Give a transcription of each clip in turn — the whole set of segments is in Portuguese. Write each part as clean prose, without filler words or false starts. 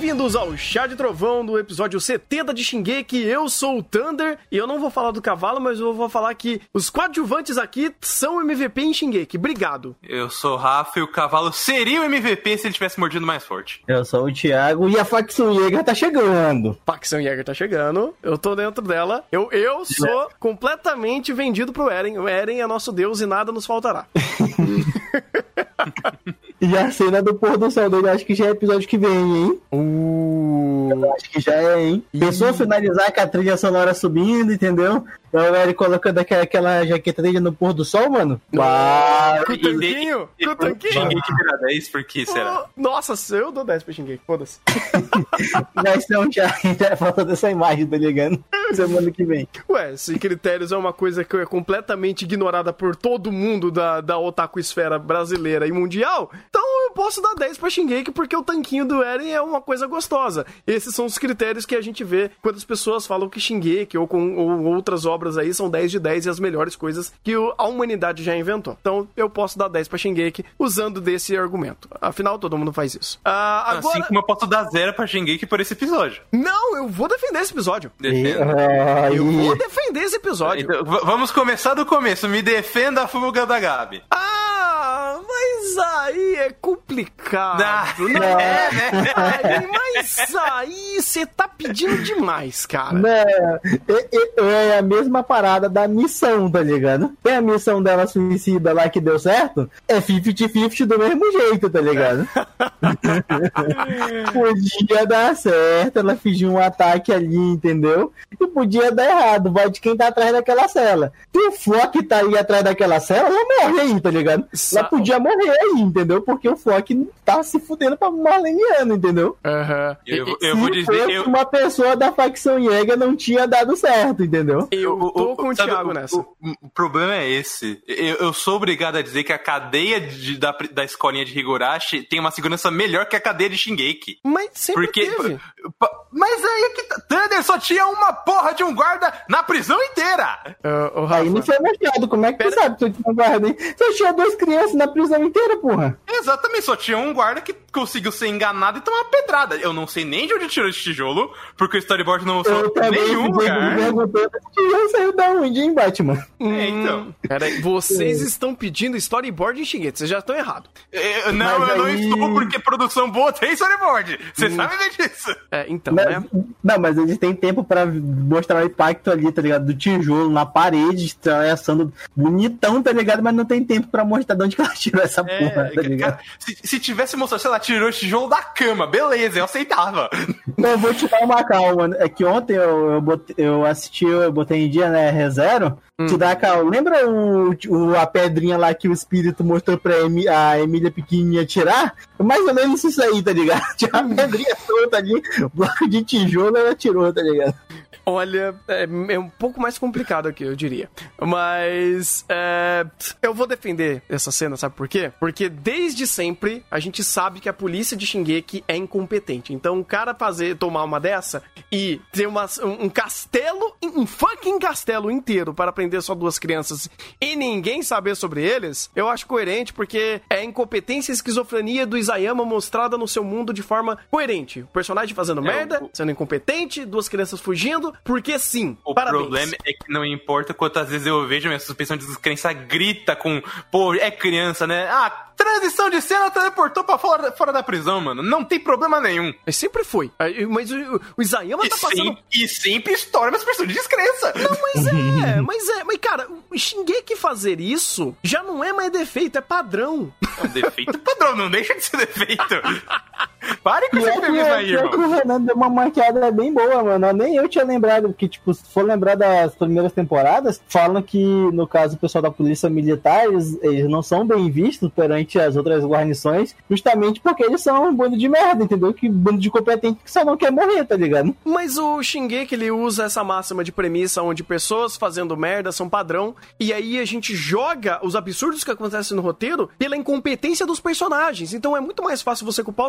Bem-vindos ao Chá de Trovão do episódio 70 de Shingeki. Eu sou o Thunder e eu não vou falar do cavalo, mas eu vou falar que os coadjuvantes aqui são MVP em Shingeki. Obrigado. Eu sou o Rafa e o cavalo seria o MVP se ele tivesse mordido mais forte. Eu sou o Thiago e a facção Jäger tá chegando. Facção Jäger tá chegando. Eu tô dentro dela. Eu sou completamente vendido pro Eren. O Eren é nosso deus e nada nos faltará. E a cena do pôr do sol dele, acho que já é episódio que vem, hein? Eu acho que já é, hein? Pensou finalizar com a trilha sonora subindo, entendeu? Então ele colocando aquela jaqueta dele no pôr do sol, mano. Com o tanquinho? Com o tanquinho? Shingeki vira 10, por que será? Nossa, eu dou 10 pra Shingeki, foda-se. Vai ser um já falta dessa imagem, tá ligado? Semana que vem. Ué, se critérios é uma coisa que é completamente ignorada por todo mundo da otaku esfera brasileira e mundial, então eu posso dar 10 pra Shingeki porque o tanquinho do Eren é uma coisa gostosa. Esses são os critérios que a gente vê quando as pessoas falam que Shingeki ou outras obras aí são 10 de 10 e as melhores coisas que a humanidade já inventou. Então eu posso dar 10 pra Shingeki usando desse argumento. Afinal, todo mundo faz isso. Agora... Assim como eu posso dar 0 pra Shingeki por esse episódio. Não, eu vou defender esse episódio. Defenda. Eu vou defender esse episódio. Então, vamos começar do começo. Me defenda a fuga da Gabi. Mas aí é complicado. Mas aí você tá pedindo demais, cara. Não, é a mesma parada da missão, tá ligado? Tem a missão dela suicida lá que deu certo, é 50-50 do mesmo jeito, tá ligado? Podia dar certo, ela fingiu um ataque ali, entendeu? E podia dar errado, vai de quem tá atrás daquela cela. Se o Flock tá aí atrás daquela cela, ela morre aí, tá ligado? Ela podia morrer aí, entendeu? Porque o Flock tá se fudendo pra Marleniano, entendeu? Eu vou dizer... Uma pessoa da facção Jäger não tinha dado certo, entendeu? Eu tô com o Thiago nessa. O problema é esse. Eu sou obrigado a dizer que a cadeia da escolinha de Higurashi tem uma segurança melhor que a cadeia de Shingeki. Mas sempre teve. Mas aí que Thunder só tinha uma porra de um guarda na prisão inteira. Aí não foi mostrado. Como é que tu sabe que tu tinha um guarda aí? Só tinha 2 crianças na prisão inteira, porra. Exatamente, só tinha um guarda que conseguiu ser enganado e tomar uma pedrada. Eu não sei nem de onde tirou esse tijolo, porque o storyboard não mostrou nenhum lugar. Eu saiu da onde, hein, Batman? Então. Peraí, vocês estão pedindo storyboard em Shingeki, vocês já estão errados. Eu não estou, porque produção boa tem storyboard. Você sabe disso. Então, né? Não, mas eles têm tempo pra mostrar o impacto ali, tá ligado? Do tijolo na parede, assando bonitão, tá ligado? Mas não tem tempo pra mostrar de onde que ela tirou essa porra, tá ligado? Cara, se tivesse mostrado, sei lá, tirou o tijolo da cama, beleza, eu aceitava. Não, eu vou te dar uma calma. É que ontem eu botei em dia, né, ReZero, te dá calma. Lembra a pedrinha lá que o espírito mostrou pra a Emília pequenininha tirar? Mais ou menos isso aí, tá ligado? Tinha uma pedrinha solta ali, bloco de tijolo, ela tirou, tá ligado? Olha, é um pouco mais complicado aqui, eu diria. Mas eu vou defender essa cena, sabe por quê? Porque desde sempre a gente sabe que a polícia de Shingeki é incompetente. Então o cara tomar uma dessa e ter um castelo, um fucking castelo inteiro para prender só 2 crianças e ninguém saber sobre eles, eu acho coerente porque é a incompetência e esquizofrenia do Isayama mostrada no seu mundo de forma coerente. O personagem fazendo merda, sendo incompetente, 2 crianças fugindo, porque sim. Parabéns. Problema é que não importa quantas vezes eu vejo a minha suspensão de descrença grita com, é criança, né? Transição de cena teleportou pra fora da prisão, mano. Não tem problema nenhum. Mas sempre foi. Mas o Isayama tá passando... E sempre estoura minhas suspensão de descrença. Não, mas cara, o Shingeki fazer isso já não é mais defeito, é padrão. É um defeito padrão, não deixa de ser defeito. Pare com esse feminismo aí, irmão. O Renan deu uma maquiada bem boa, mano. Nem eu tinha lembrado, porque, tipo, se for lembrar das primeiras temporadas, falam que, no caso, o pessoal da polícia militar, eles não são bem vistos perante as outras guarnições, justamente porque eles são um bando de merda, entendeu? Que bando de competente que só não quer morrer, tá ligado? Mas o Shingeki, ele usa essa máxima de premissa onde pessoas fazendo merda são padrão, e aí a gente joga os absurdos que acontecem no roteiro pela incompetência dos personagens. Então é muito mais fácil você culpar os personagens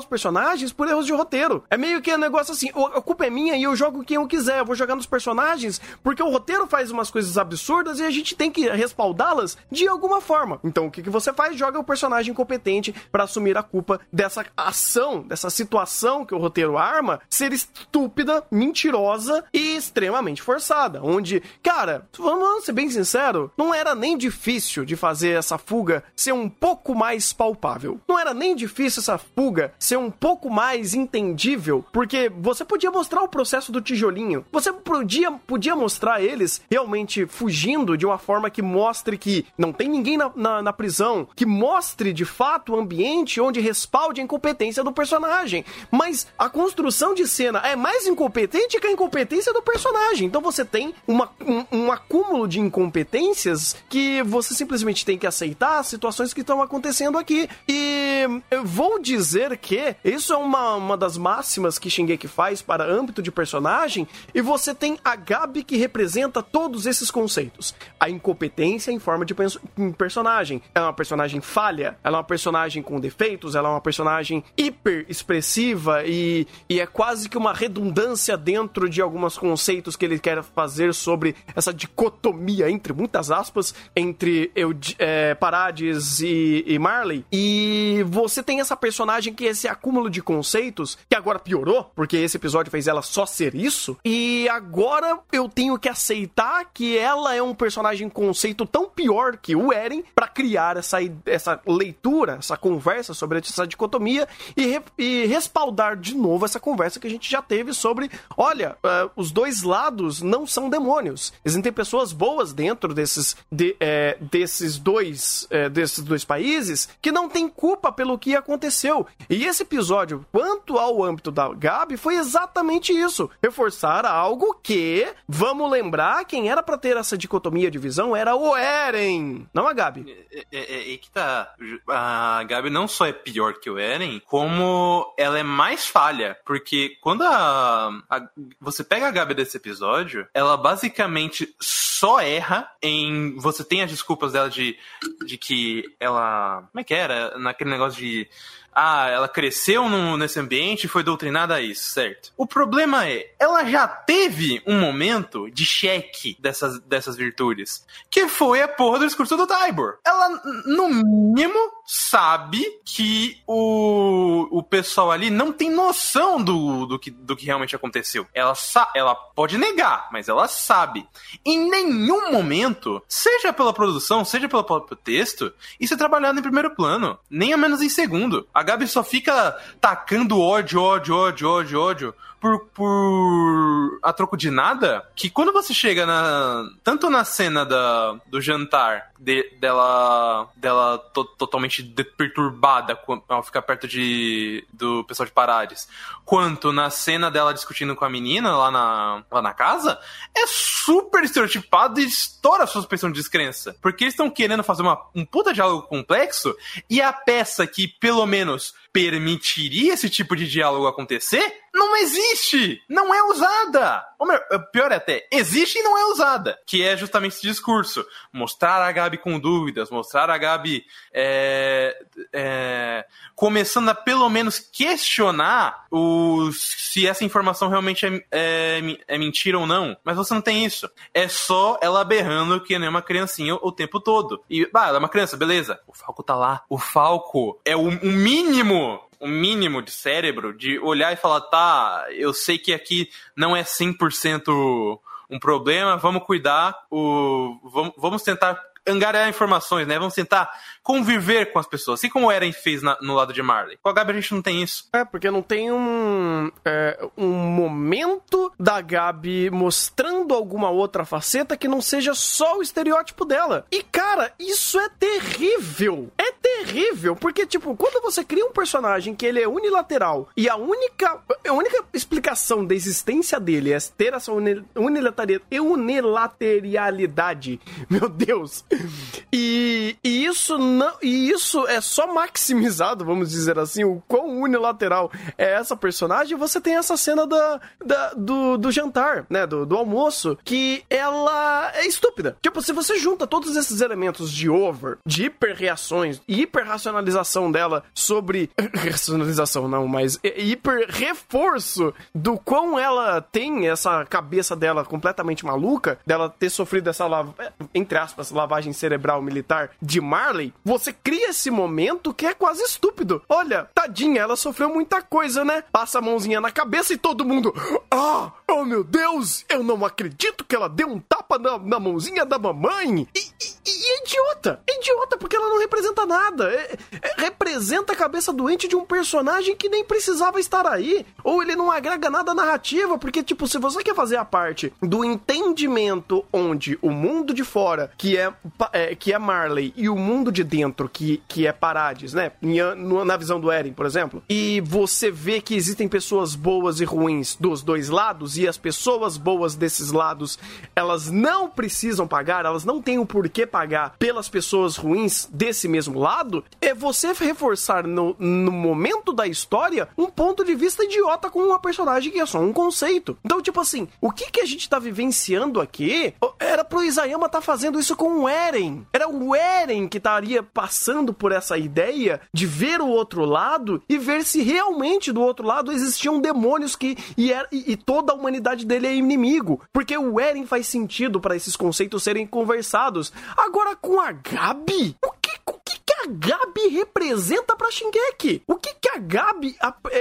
personagens por erros de roteiro. É meio que um negócio assim, a culpa é minha e eu jogo quem eu quiser, eu vou jogar nos personagens porque o roteiro faz umas coisas absurdas e a gente tem que respaldá-las de alguma forma. Então o que você faz? Joga o personagem competente pra assumir a culpa dessa ação, dessa situação que o roteiro arma ser estúpida, mentirosa e extremamente forçada. Onde, cara, vamos ser bem sincero, não era nem difícil de fazer essa fuga ser um pouco mais palpável. Não era nem difícil essa fuga ser um pouco mais entendível, porque você podia mostrar o processo do tijolinho. Você podia mostrar eles realmente fugindo de uma forma que mostre que não tem ninguém na prisão, que mostre de fato o ambiente onde respalde a incompetência do personagem. Mas a construção de cena é mais incompetente que a incompetência do personagem. Então você tem um acúmulo de incompetências que você simplesmente tem que aceitar as situações que estão acontecendo aqui. E eu vou dizer que isso é uma das máximas que Shingeki faz para âmbito de personagem, e você tem a Gabi que representa todos esses conceitos. A incompetência em forma de personagem. Ela é uma personagem falha, ela é uma personagem com defeitos, ela é uma personagem hiper expressiva e é quase que uma redundância dentro de alguns conceitos que ele quer fazer sobre essa dicotomia, entre muitas aspas, entre Parades e Marley. E você tem essa personagem que é esse acúmulo de conceitos, que agora piorou, porque esse episódio fez ela só ser isso, e agora eu tenho que aceitar que ela é um personagem conceito tão pior que o Eren pra criar essa leitura, essa conversa sobre essa dicotomia e respaldar de novo essa conversa que a gente já teve sobre, olha, os dois lados não são demônios. Existem pessoas boas dentro desses dois países que não têm culpa pelo que aconteceu. E esse episódio, quanto ao âmbito da Gabi, foi exatamente isso. Reforçar algo que, vamos lembrar, quem era pra ter essa dicotomia de visão era o Eren, não a Gabi. É que tá. A Gabi não só é pior que o Eren, como ela é mais falha. Porque quando você pega a Gabi desse episódio, ela basicamente só erra em... Você tem as desculpas dela de que ela... Como é que era? Naquele negócio de... ela cresceu nesse ambiente e foi doutrinada a isso, certo? O problema é, ela já teve um momento de cheque dessas virtudes, que foi a porra do discurso do Tybur. Ela, no mínimo, sabe que o pessoal ali não tem noção do que realmente aconteceu. Ela pode negar, mas ela sabe. Em nenhum momento, seja pela produção, seja pelo próprio texto, isso é trabalhado em primeiro plano, nem ao menos em segundo. A Gabi só fica tacando ódio por a troco de nada, que quando você chega tanto na cena do jantar dela totalmente perturbada ao ficar perto do pessoal de Parades, quanto na cena dela discutindo com a menina lá na casa, é super estereotipado e estoura a sua suspensão de descrença, porque eles estão querendo fazer um puta diálogo complexo, e a peça que pelo menos permitiria esse tipo de diálogo acontecer não existe, não é usada. Ou melhor, pior é até, existe e não é usada, que é justamente esse discurso. Mostrar a Gabi com dúvidas, mostrar a Gabi começando a pelo menos questionar se essa informação realmente é mentira ou não. Mas você não tem isso. É só ela berrando que nem uma criancinha o tempo todo. E, ela é uma criança, beleza. O Falco tá lá. O Falco é o mínimo de cérebro de olhar e falar, tá, eu sei que aqui não é 100% um problema, vamos cuidar, vamos tentar angariar informações, né? Vamos tentar conviver com as pessoas, assim como o Eren fez no lado de Marley. Com a Gabi a gente não tem isso. Porque não tem um momento da Gabi mostrando alguma outra faceta que não seja só o estereótipo dela. E, cara, isso é terrível. É terrível, porque, tipo, quando você cria um personagem que ele é unilateral e a única explicação da existência dele é ter essa unilateralidade, meu Deus, e isso é só maximizado, vamos dizer assim, o quão unilateral é essa personagem. Você tem essa cena do jantar, né, do almoço, que ela é estúpida. Tipo, se você junta todos esses elementos de hiperreações e hiper-racionalização dela sobre... Racionalização não, mas hiper-reforço do quão ela tem essa cabeça dela completamente maluca, dela ter sofrido essa, entre aspas, lavagem cerebral militar de Marley, você cria esse momento que é quase estúpido. Olha, tadinha, ela sofreu muita coisa, né? Passa a mãozinha na cabeça e todo mundo... Oh meu Deus, eu não acredito que ela deu um tapa na mãozinha da mamãe. E é idiota. É idiota porque ela não representa nada. Representa a cabeça doente de um personagem que nem precisava estar aí. Ou ele não agrega nada à narrativa, porque, tipo, se você quer fazer a parte do entendimento onde o mundo de fora, que é Marley, e o mundo de dentro, que é Parades, né? Na visão do Eren, por exemplo. E você vê que existem pessoas boas e ruins dos dois lados, e as pessoas boas desses lados, elas não precisam pagar, elas não têm o porquê pagar pelas pessoas ruins desse mesmo lado, é você reforçar no momento da história um ponto de vista idiota com uma personagem que é só um conceito. Então, tipo assim, o que a gente tá vivenciando aqui era pro Isayama tá fazendo isso com o Eren. Era o Eren que estaria passando por essa ideia de ver o outro lado e ver se realmente do outro lado existiam demônios e toda a humanidade dele é inimigo. Porque o Eren faz sentido para esses conceitos serem conversados. Agora, com a Gabi, o que a Gabi representa pra Shingeki? O que a Gabi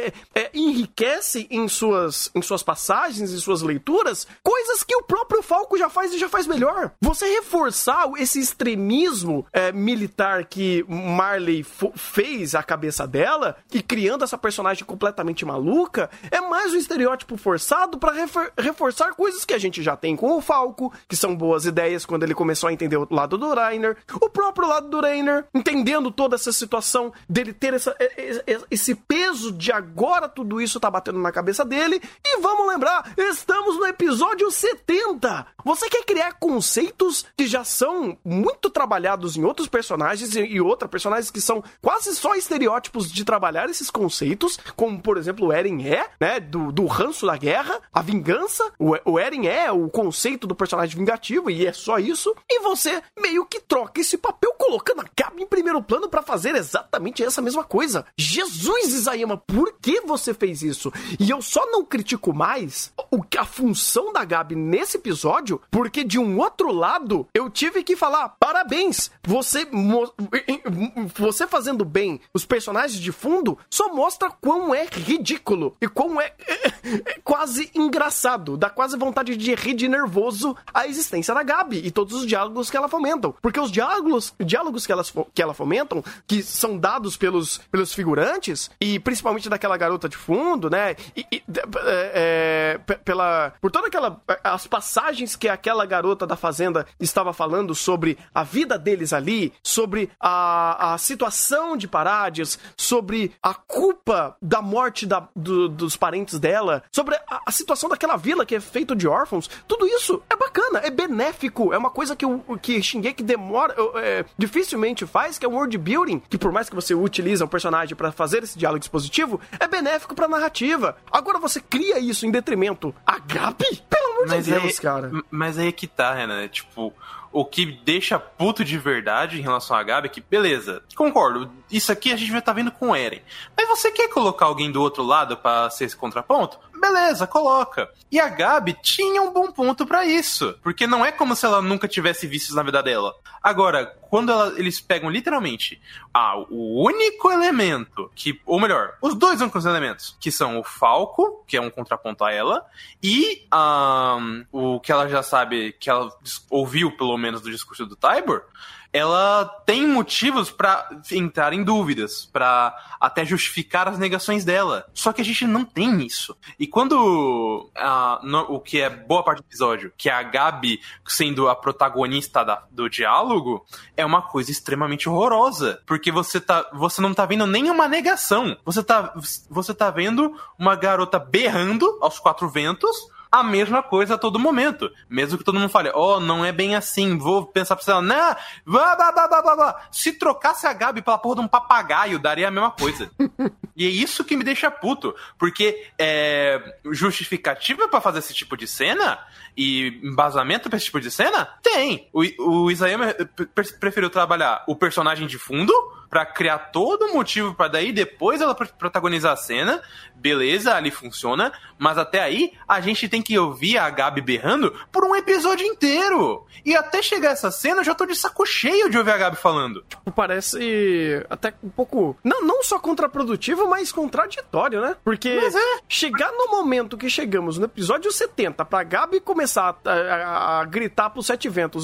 enriquece em suas passagens, em suas leituras, coisas que o próprio Falco já faz e já faz melhor. Você reforçar esse extremismo militar que Marley fez à cabeça dela, e criando essa personagem completamente maluca, é mais um estereótipo forçado pra reforçar coisas que a gente já tem com o Falco, que são boas ideias quando ele começou a entender o lado do Reiner, o próprio lado do Reiner, entendendo toda essa situação dele ter esse peso de agora tudo isso tá batendo na cabeça dele. E vamos lembrar, estamos no episódio 70. Você quer criar conceitos que já são muito trabalhados em outros personagens e outros personagens que são quase só estereótipos de trabalhar esses conceitos, como por exemplo o Eren né, do ranço da guerra, a vingança. O Eren é o conceito do personagem vingativo e é só isso. E você meio que troca esse papel colocando a Gabi em primeiro plano pra fazer exatamente essa mesma coisa. Jesus, Isayama, por que você fez isso? E eu só não critico mais a função da Gabi nesse episódio, porque de um outro lado, eu tive que falar, parabéns, você fazendo bem os personagens de fundo, só mostra quão é ridículo e quão é quase engraçado, dá quase vontade de rir de nervoso a existência da Gabi e todos os diálogos que ela fomentam, porque os diálogos que ela fomentam, que são dados pelos figurantes, e principalmente daquela garota de fundo, né, por toda as passagens que aquela garota da fazenda estava falando sobre a vida deles ali, sobre a situação de Parades, sobre a culpa da morte dos parentes dela, sobre a situação daquela vila que é feita de órfãos, tudo isso é bacana, é benéfico, é uma coisa que Shingeki dificilmente faz, que é um world building, que por mais que você utilize um personagem pra fazer esse diálogo expositivo, é benéfico pra narrativa. Agora você cria isso em detrimento a Gabi? Pelo amor de Deus, cara. Mas aí que tá, Renan, tipo... O que deixa puto de verdade em relação a Gabi é que, beleza, concordo, isso aqui a gente vai estar vendo com o Eren. Mas você quer colocar alguém do outro lado pra ser esse contraponto? Beleza, coloca. E a Gabi tinha um bom ponto pra isso. Porque não é como se ela nunca tivesse vícios na vida dela. Agora, quando eles pegam literalmente o único elemento ou melhor, os dois únicos elementos, que são o Falco, que é um contraponto a ela, e o que ela já sabe, que ela ouviu pelo menos do discurso do Tybur, ela tem motivos pra entrar em dúvidas, pra até justificar as negações dela. Só que a gente não tem isso. E quando o que é boa parte do episódio, que é a Gabi sendo a protagonista do diálogo, é uma coisa extremamente horrorosa. Porque você não tá vendo nenhuma negação. Você tá vendo uma garota berrando aos quatro ventos a mesma coisa a todo momento. Mesmo que todo mundo fale, não é bem assim, vou pensar pra ela, né? Se trocasse a Gabi pela porra de um papagaio, daria a mesma coisa. E é isso que me deixa puto. Porque justificativa pra fazer esse tipo de cena e embasamento pra esse tipo de cena? Tem. O Isayama preferiu trabalhar o personagem de fundo pra criar todo o motivo pra daí depois ela protagonizar a cena. Beleza, ali funciona, mas até aí a gente tem que ouvir a Gabi berrando por um episódio inteiro. E até chegar essa cena eu já tô de saco cheio de ouvir a Gabi falando. Parece até um pouco, não só contraprodutivo, mas contraditório, né? Porque chegar no momento que chegamos no episódio 70 pra Gabi começar a gritar pros sete ventos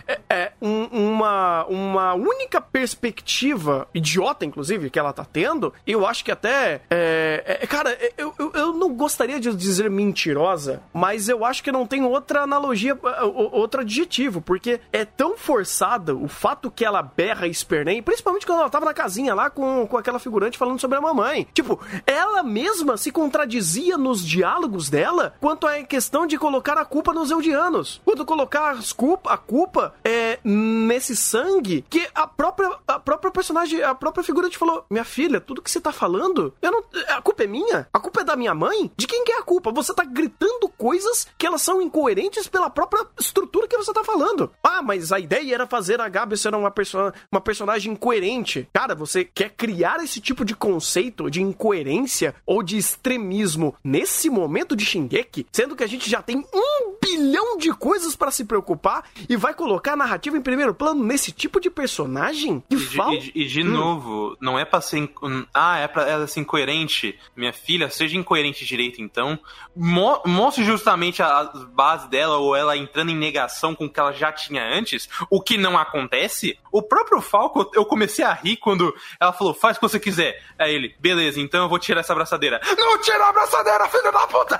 uma única perspectiva, idiota inclusive, que ela tá tendo, eu acho que até cara, eu não gostaria de dizer mentirosa, mas eu acho que não tem outra analogia, outro adjetivo, porque é tão forçada o fato que ela berra e esperneia, principalmente quando ela tava na casinha lá com aquela figurante falando sobre a mamãe. Tipo, ela mesma se contradizia nos diálogos dela quanto à questão de colocar a culpa nos Eldianos. Quando colocar a culpa nesse sangue, que a própria personagem, a própria figurante falou: minha filha, tudo que você tá falando, a culpa é minha? A culpa é da minha mãe? De quem que é a culpa? Você tá gritando coisas que elas são incoerentes pela própria estrutura que você tá falando. Ah, mas a ideia era fazer a Gabi ser uma personagem incoerente. Cara, você quer criar esse tipo de conceito de incoerência ou de extremismo nesse momento de Shingeki, sendo que a gente já tem 1 bilhão de coisas pra se preocupar e vai colocar a narrativa em primeiro plano nesse tipo de personagem? E de novo, não é pra ser... é pra ela ser incoerente. Minha filha, seja incoerente direito, então. Mostre justamente a base dela, ou ela entrando em negação com o que ela já tinha antes, o que não acontece. O próprio Falco, eu comecei a rir quando ela falou: faz o que você quiser. Aí ele: beleza, então eu vou tirar essa abraçadeira. Não tira a abraçadeira, filho da puta!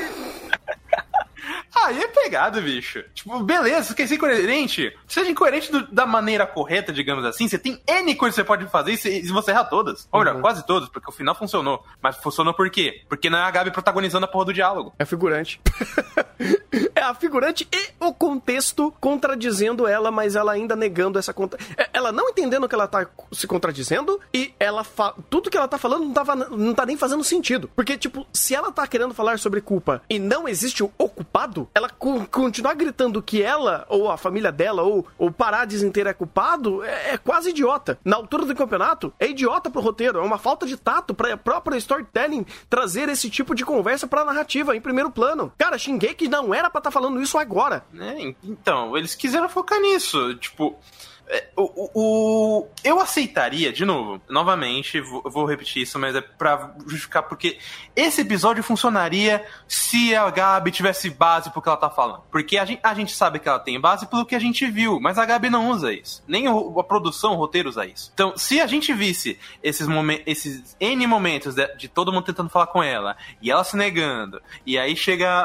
Aí é pegado, bicho. Tipo, beleza, você quer ser incoerente? Seja incoerente da maneira correta, digamos assim. Você tem N coisas que você pode fazer e você erra todas. Ou melhor, quase todas, porque o final funcionou. Mas funcionou por quê? Porque não é a Gabi protagonizando a porra do diálogo. É a figurante. É a figurante e o contexto contradizendo ela, mas ela ainda negando essa... Ela não entendendo que ela tá se contradizendo e ela tudo que ela tá falando não tá nem fazendo sentido. Porque, tipo, se ela tá querendo falar sobre culpa e não existe o culpado, ela continuar gritando que ela, ou a família dela, ou Parades inteira é culpado, é quase idiota. Na altura do campeonato, é idiota pro roteiro, é uma falta de tato pra própria storytelling trazer esse tipo de conversa pra narrativa em primeiro plano. Cara, Shingeki não era pra estar falando isso agora. Então, eles quiseram focar nisso, tipo... Eu aceitaria, de novo, novamente, vou repetir isso, mas é pra justificar, porque esse episódio funcionaria se a Gabi tivesse base pro que ela tá falando. Porque a gente sabe que ela tem base pelo que a gente viu, mas a Gabi não usa isso. Nem a produção, o roteiro usa isso. Então, se a gente visse esses N momentos de todo mundo tentando falar com ela, e ela se negando, e aí chega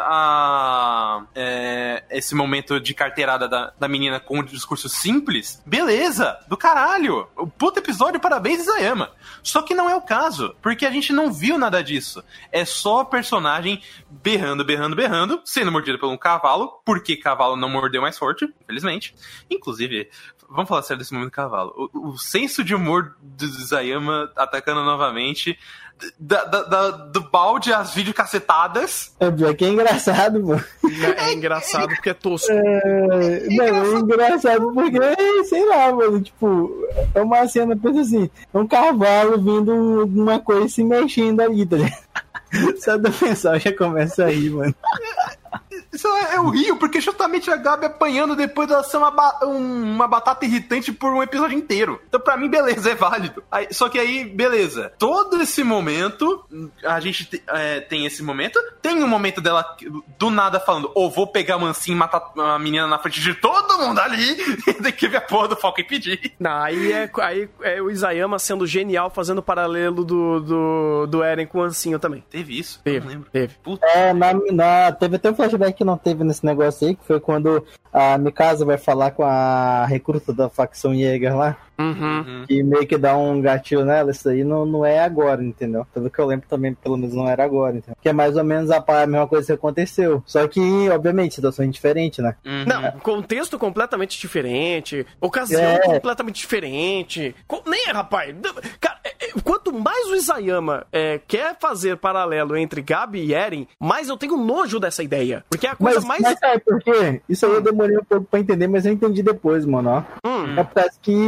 esse momento de carteirada da menina com um discurso simples, beleza, do caralho. O puto episódio, parabéns, Isayama. Só que não é o caso, porque a gente não viu nada disso. É só a personagem berrando, sendo mordida por um cavalo, porque cavalo não mordeu mais forte, infelizmente. Inclusive, vamos falar sério desse momento do cavalo. O senso de humor do Isayama atacando novamente... do balde às videocacetadas. Que é engraçado, mano. É engraçado porque é tosco. É engraçado porque, sei lá, mano, tipo, é uma cena, pensa assim, é um cavalo vindo uma coisa se mexendo ali, tá ligado? Só do pessoal já começa a rir, mano. Isso é o rio, porque justamente a Gabi apanhando depois dela ser uma batata irritante por um episódio inteiro. Então, pra mim, beleza, é válido. Só que aí, beleza. Todo esse momento, a gente tem esse momento. Tem um momento dela do nada falando: vou pegar a mansinha e matar a menina na frente de todo mundo ali. E daqui vem a porra do Falco impedir. Não, aí é o Isayama sendo genial, fazendo paralelo do Eren com o Ancinho também. Teve isso? Teve, não lembro. Teve. Puta. Teve até um flashback que não teve nesse negócio aí, que foi quando a Mikasa vai falar com a recruta da facção Jäger lá. Que meio que dá um gatilho nela. Isso aí não é agora, entendeu? Pelo que eu lembro também, pelo menos não era agora, entendeu? Que é mais ou menos a mesma coisa que aconteceu. Só que, obviamente, situação diferente, né? Não, contexto completamente diferente, ocasião completamente diferente. Rapaz, cara, quanto mais o Isayama quer fazer paralelo entre Gabi e Eren, mais eu tenho nojo dessa ideia. Porque é a coisa mais... Mas sabe por quê? Isso aí eu demorei um pouco pra entender, mas eu entendi depois, mano, ó. É por causa que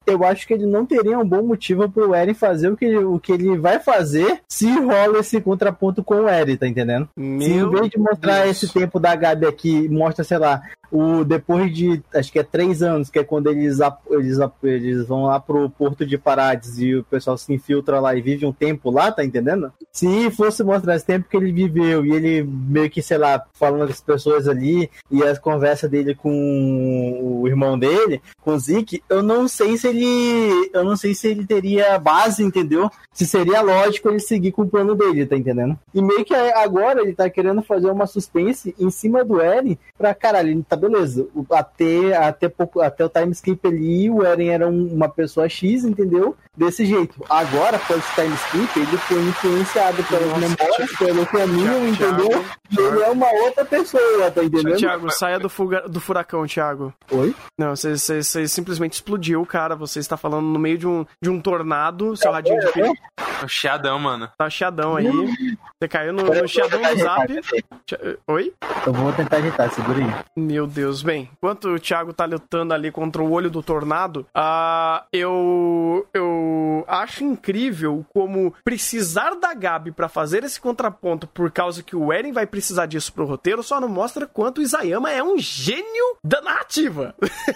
eu acho que ele não teria um bom motivo pro Eren fazer o que ele vai fazer se rola esse contraponto com o Eren, tá entendendo? Se em vez de mostrar esse tempo da Gabi aqui, mostra, sei lá, depois de, acho que é 3 anos, que é quando eles vão lá pro Porto de Parades e o pessoal se infiltra lá e vive um tempo lá, tá entendendo? Se fosse mostrar esse tempo que ele viveu e ele meio que, sei lá, falando com as pessoas ali e as conversas dele com o irmão dele, com o Zeke, eu não sei se ele teria base, entendeu? Se seria lógico ele seguir com o plano dele, tá entendendo? E meio que agora ele tá querendo fazer uma suspense em cima do Eren pra, caralho, ele tá beleza. Até o time skip ali, o Eren era uma pessoa X, entendeu? Desse jeito. Agora, com esse time skip, ele foi influenciado pelas memórias, pelo caminho, entendeu? E ele é uma outra pessoa, tá entendendo? Thiago, saia do furacão, Thiago. Oi? Não, você simplesmente explodiu, cara. Você está falando no meio de um tornado, seu radinho de perigo. O chiadão, mano. Tá chiadão aí. Você caiu no chiadão do Zap. Oi? Eu vou tentar agitar, segura aí. Meu Deus, bem, enquanto o Thiago tá lutando ali contra o olho do tornado, eu acho incrível como precisar da Gabi pra fazer esse contraponto por causa que o Eren vai precisar disso pro roteiro só não mostra quanto o Isayama é um gênio da narrativa.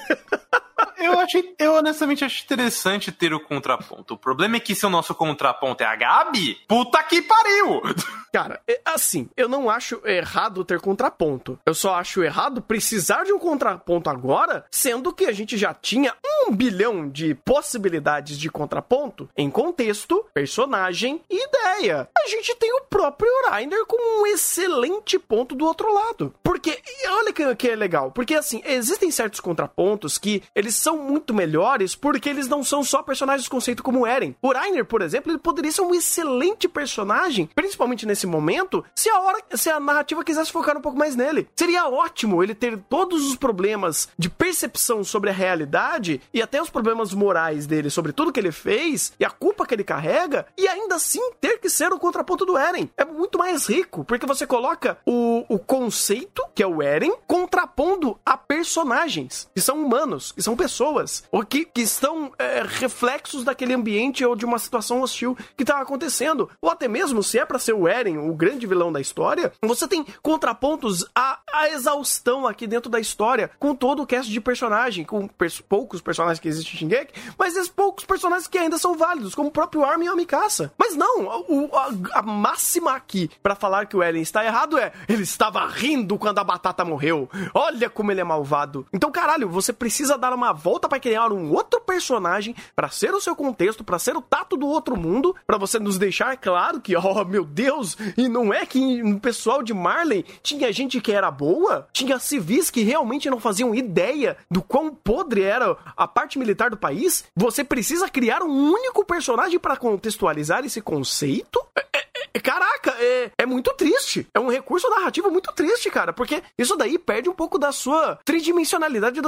Eu honestamente acho interessante ter o contraponto. O problema é que se o nosso contraponto é a Gabi, puta que pariu! Cara, assim, eu não acho errado ter contraponto. Eu só acho errado precisar de um contraponto agora, sendo que a gente já tinha 1 bilhão de possibilidades de contraponto em contexto, personagem e ideia. A gente tem o próprio Reiner como um excelente ponto do outro lado. Porque, olha que é legal, porque assim, existem certos contrapontos que eles são muito melhores porque eles não são só personagens de conceito como o Eren. O Reiner, por exemplo, ele poderia ser um excelente personagem, principalmente nesse momento, se a narrativa quisesse focar um pouco mais nele. Seria ótimo ele ter todos os problemas de percepção sobre a realidade e até os problemas morais dele sobre tudo que ele fez e a culpa que ele carrega e ainda assim ter que ser o contraponto do Eren. É muito mais rico, porque você coloca o conceito, que é o Eren, contrapondo a personagens, que são humanos, que são pessoas, ou que estão reflexos daquele ambiente ou de uma situação hostil que tá acontecendo. Ou até mesmo, se é pra ser o Eren, o grande vilão da história, você tem contrapontos à exaustão aqui dentro da história, com todo o cast de personagem, com poucos personagens que existem em Shingeki, mas esses poucos personagens que ainda são válidos, como o próprio Armin e a Mikasa. Mas não, a máxima aqui pra falar que o Eren está errado ele estava rindo quando a batata morreu. Olha como ele é malvado. Então, caralho, você precisa dar uma volta pra criar um outro personagem pra ser o seu contexto, pra ser o tato do outro mundo, pra você nos deixar claro que, oh, meu Deus, e não é que no pessoal de Marley tinha gente que era boa? Tinha civis que realmente não faziam ideia do quão podre era a parte militar do país? Você precisa criar um único personagem pra contextualizar esse conceito? Caraca, é muito triste. É um recurso narrativo muito triste, cara, porque isso daí perde um pouco da sua tridimensionalidade,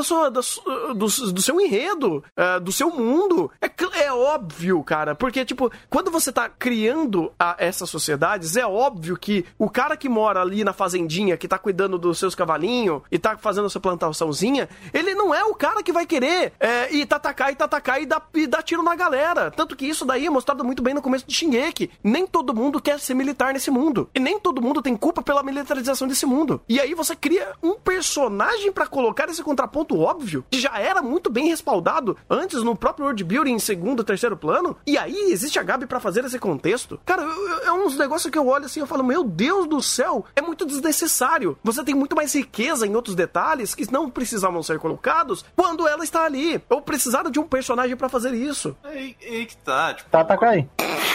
do seu enredo, do seu mundo. É óbvio, cara, porque, tipo, quando você tá criando essas sociedades, é óbvio que o cara que mora ali na fazendinha, que tá cuidando dos seus cavalinhos e tá fazendo a sua plantaçãozinha, ele não é o cara que vai querer ir tatacar e dar tiro na galera. Tanto que isso daí é mostrado muito bem no começo de Shingeki. Nem todo mundo quer ser militar nesse mundo. E nem todo mundo tem culpa pela militarização desse mundo. E aí você cria um personagem pra colocar esse contraponto óbvio, que já era muito bem respaldado antes no próprio world building em segundo, terceiro plano. E aí existe a Gabi pra fazer esse contexto. Cara, é uns negócios que eu olho assim e falo, meu Deus do céu, é muito desnecessário. Você tem muito mais riqueza em outros detalhes que não precisavam ser colocados quando ela está ali. Ou precisaram de um personagem pra fazer isso. Aí que tá, tipo... Tatakai.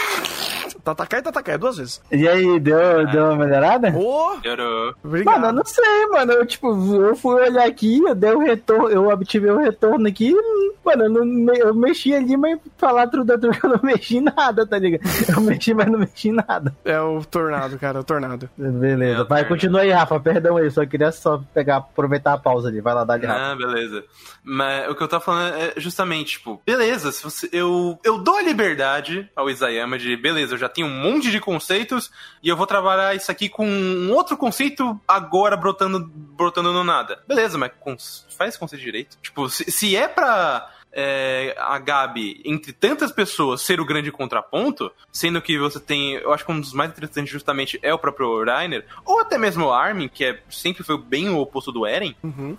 Tatakai, 2 vezes. E aí, deu uma melhorada? Melhorou. Obrigado. Mano, eu não sei, mano. Eu fui olhar aqui, eu dei o retorno, eu obtive o retorno aqui. Mano, eu mexi ali, mas falar tudo eu não mexi em nada, tá ligado? Eu mexi, mas não mexi em nada. É o tornado, cara, o tornado. Beleza. Vai, continua aí, Rafa. Perdão aí, só queria aproveitar a pausa ali. Vai lá, dá de Rafa. Ah, beleza. Mas o que eu tava falando é justamente, tipo, beleza, se eu dou a liberdade ao Isayama de, beleza, eu já tenho um monte de conceitos e eu vou trabalhar isso aqui com um outro conceito agora brotando do nada. Beleza, mas faz esse conceito direito. Tipo, se é pra a Gabi, entre tantas pessoas, ser o grande contraponto, sendo que você tem, eu acho que um dos mais interessantes justamente é o próprio Reiner, ou até mesmo o Armin, que sempre foi bem o oposto do Eren,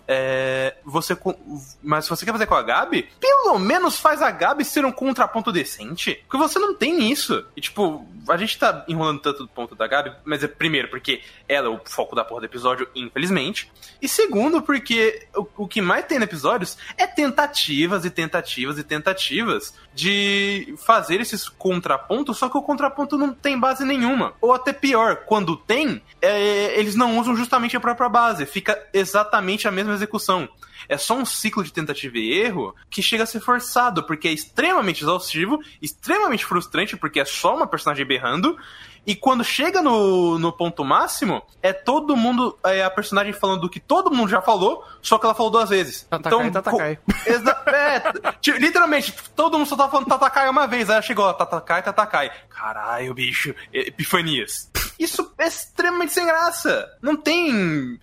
mas se você quer fazer com a Gabi, pelo menos faz a Gabi ser um contraponto decente, porque você não tem isso. E tipo, a gente tá enrolando tanto do ponto da Gabi, mas primeiro porque ela é o foco da porra do episódio, infelizmente, e segundo porque o que mais tem no episódios é tentativas e tentativas e tentativas de fazer esses contrapontos, só que o contraponto não tem base nenhuma. Ou até pior, quando tem, eles não usam justamente a própria base, fica exatamente a mesma execução. É só um ciclo de tentativa e erro que chega a ser forçado, porque é extremamente exaustivo, extremamente frustrante, porque é só uma personagem berrando, e quando chega no ponto máximo, é todo mundo, a personagem falando do que todo mundo já falou, só que ela falou 2 vezes. Tatakai, então, Tatakai. Literalmente, todo mundo só tá falando Tatakai uma vez, aí ela chegou, Tatakai, Tatakai. Caralho, bicho, epifanias. Isso é extremamente sem graça. Não tem